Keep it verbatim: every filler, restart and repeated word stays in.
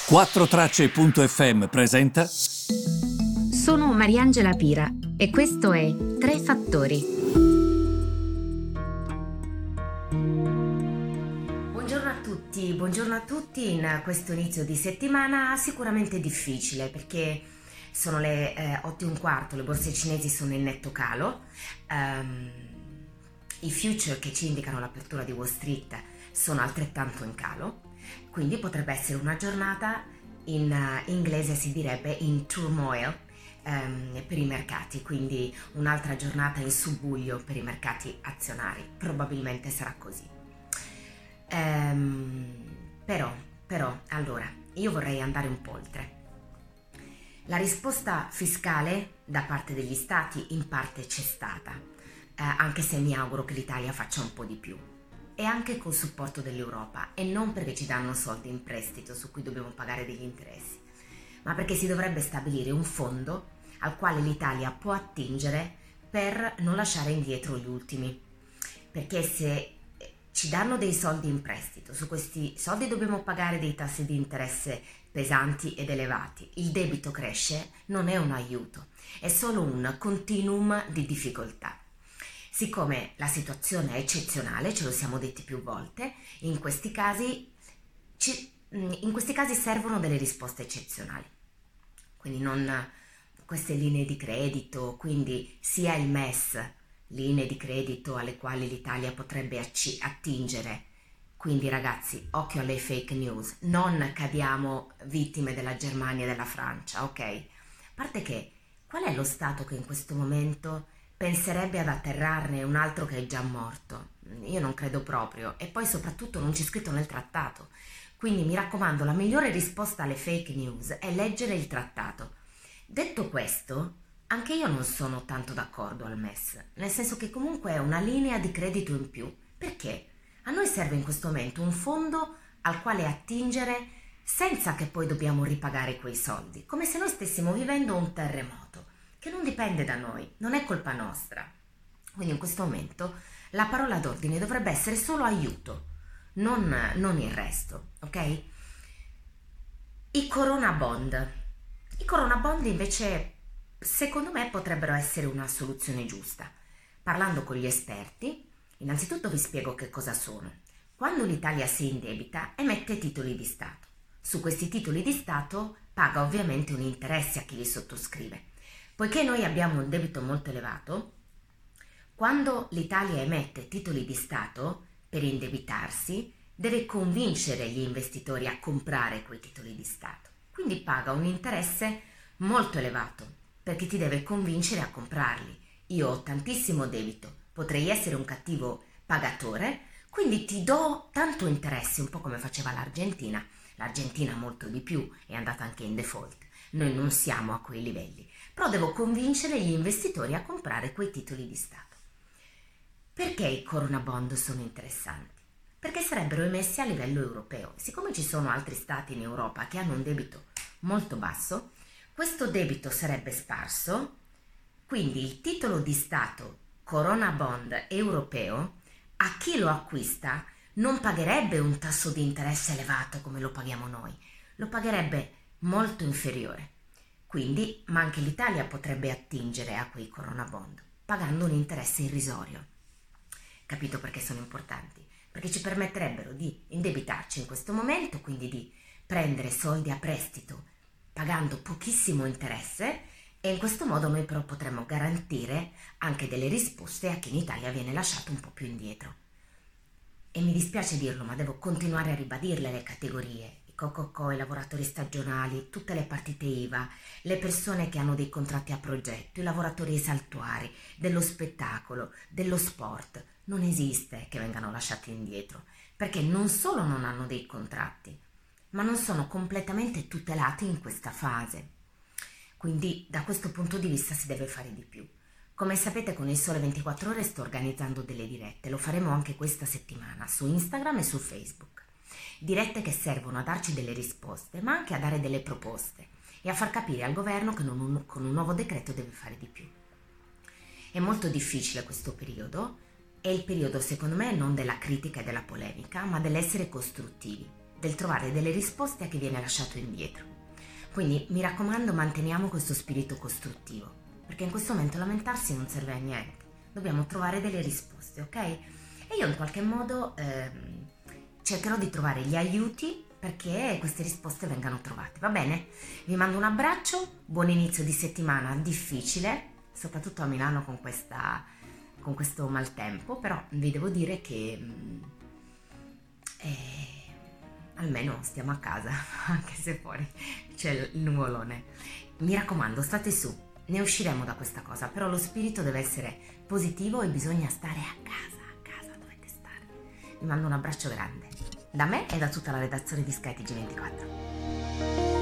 quattro tracce punto effe emme presenta. Sono Mariangela Pira e questo è Tre Fattori. Buongiorno a tutti, buongiorno a tutti in questo inizio di settimana sicuramente difficile perché sono le eh, otto e un quarto, le borse cinesi sono in netto calo, um, i future che ci indicano l'apertura di Wall Street sono altrettanto in calo, quindi potrebbe essere una giornata, in uh, inglese si direbbe in turmoil um, per i mercati, quindi un'altra giornata in subbuglio per i mercati azionari, probabilmente sarà così. Um, però, però, allora, io vorrei andare un po' oltre. La risposta fiscale da parte degli stati in parte c'è stata, eh, anche se mi auguro che l'Italia faccia un po' di più. E anche col supporto dell'Europa, e non perché ci danno soldi in prestito su cui dobbiamo pagare degli interessi, ma perché si dovrebbe stabilire un fondo al quale l'Italia può attingere per non lasciare indietro gli ultimi. Perché se ci danno dei soldi in prestito, su questi soldi dobbiamo pagare dei tassi di interesse pesanti ed elevati, il debito cresce, non è un aiuto, è solo un continuum di difficoltà. Siccome la situazione è eccezionale, ce lo siamo detti più volte, in questi casi, ci, in questi casi servono delle risposte eccezionali. Quindi non queste linee di credito, quindi sia il M E S, linee di credito alle quali l'Italia potrebbe acci- attingere. Quindi ragazzi, occhio alle fake news, non cadiamo vittime della Germania e della Francia, ok? A parte che, qual è lo Stato che in questo momento penserebbe ad atterrarne un altro che è già morto? Io non credo proprio, e poi soprattutto non c'è scritto nel trattato. Quindi mi raccomando, la migliore risposta alle fake news è leggere il trattato. Detto questo, anche io non sono tanto d'accordo al M E S, nel senso che comunque è una linea di credito in più. Perché? A noi serve in questo momento un fondo al quale attingere senza che poi dobbiamo ripagare quei soldi, come se noi stessimo vivendo un terremoto che non dipende da noi, non è colpa nostra. Quindi in questo momento la parola d'ordine dovrebbe essere solo aiuto, non, non il resto, ok? I Corona Bond. I Corona Bond invece secondo me potrebbero essere una soluzione giusta. Parlando con gli esperti, innanzitutto vi spiego che cosa sono. Quando l'Italia si indebita emette titoli di Stato. Su questi titoli di Stato paga ovviamente un interesse a chi li sottoscrive. Poiché noi abbiamo un debito molto elevato, quando l'Italia emette titoli di Stato per indebitarsi, deve convincere gli investitori a comprare quei titoli di Stato. Quindi paga un interesse molto elevato, perché ti deve convincere a comprarli. Io ho tantissimo debito, potrei essere un cattivo pagatore, quindi ti do tanto interesse, un po' come faceva l'Argentina. L'Argentina molto di più, è andata anche in default. Noi non siamo a quei livelli, però devo convincere gli investitori a comprare quei titoli di Stato. Perché i Corona Bond sono interessanti? Perché sarebbero emessi a livello europeo. Siccome ci sono altri stati in Europa che hanno un debito molto basso, questo debito sarebbe sparso, quindi il titolo di Stato Corona Bond europeo, a chi lo acquista non pagherebbe un tasso di interesse elevato come lo paghiamo noi, lo pagherebbe molto inferiore. Quindi, ma anche l'Italia potrebbe attingere a quei Corona Bond, pagando un interesse irrisorio. Capito perché sono importanti? Perché ci permetterebbero di indebitarci in questo momento, quindi di prendere soldi a prestito pagando pochissimo interesse, e in questo modo noi però potremmo garantire anche delle risposte a chi in Italia viene lasciato un po' più indietro. E mi dispiace dirlo, ma devo continuare a ribadirle le categorie: i co-co-co, i lavoratori stagionali, tutte le partite I V A, le persone che hanno dei contratti a progetto, i lavoratori saltuari, dello spettacolo, dello sport. Non esiste che vengano lasciati indietro, perché non solo non hanno dei contratti, ma non sono completamente tutelati in questa fase. Quindi da questo punto di vista si deve fare di più. Come sapete, con il Sole ventiquattro Ore sto organizzando delle dirette, lo faremo anche questa settimana su Instagram e su Facebook. Dirette che servono a darci delle risposte, ma anche a dare delle proposte e a far capire al governo che non un, con un nuovo decreto deve fare di più. È molto difficile questo periodo, è il periodo secondo me non della critica e della polemica, ma dell'essere costruttivi, del trovare delle risposte a chi viene lasciato indietro. Quindi mi raccomando, manteniamo questo spirito costruttivo, perché in questo momento lamentarsi non serve a niente, dobbiamo trovare delle risposte, ok? E io in qualche modo ehm, cercherò di trovare gli aiuti perché queste risposte vengano trovate, va bene? Vi mando un abbraccio, buon inizio di settimana difficile, soprattutto a Milano con, questa, con questo maltempo, però vi devo dire che eh, almeno stiamo a casa, anche se fuori c'è il nuvolone. Mi raccomando, state su, ne usciremo da questa cosa, però lo spirito deve essere positivo e bisogna stare a casa, a casa dovete stare. Vi mando un abbraccio grande, da me e da tutta la redazione di Sky T G ventiquattro.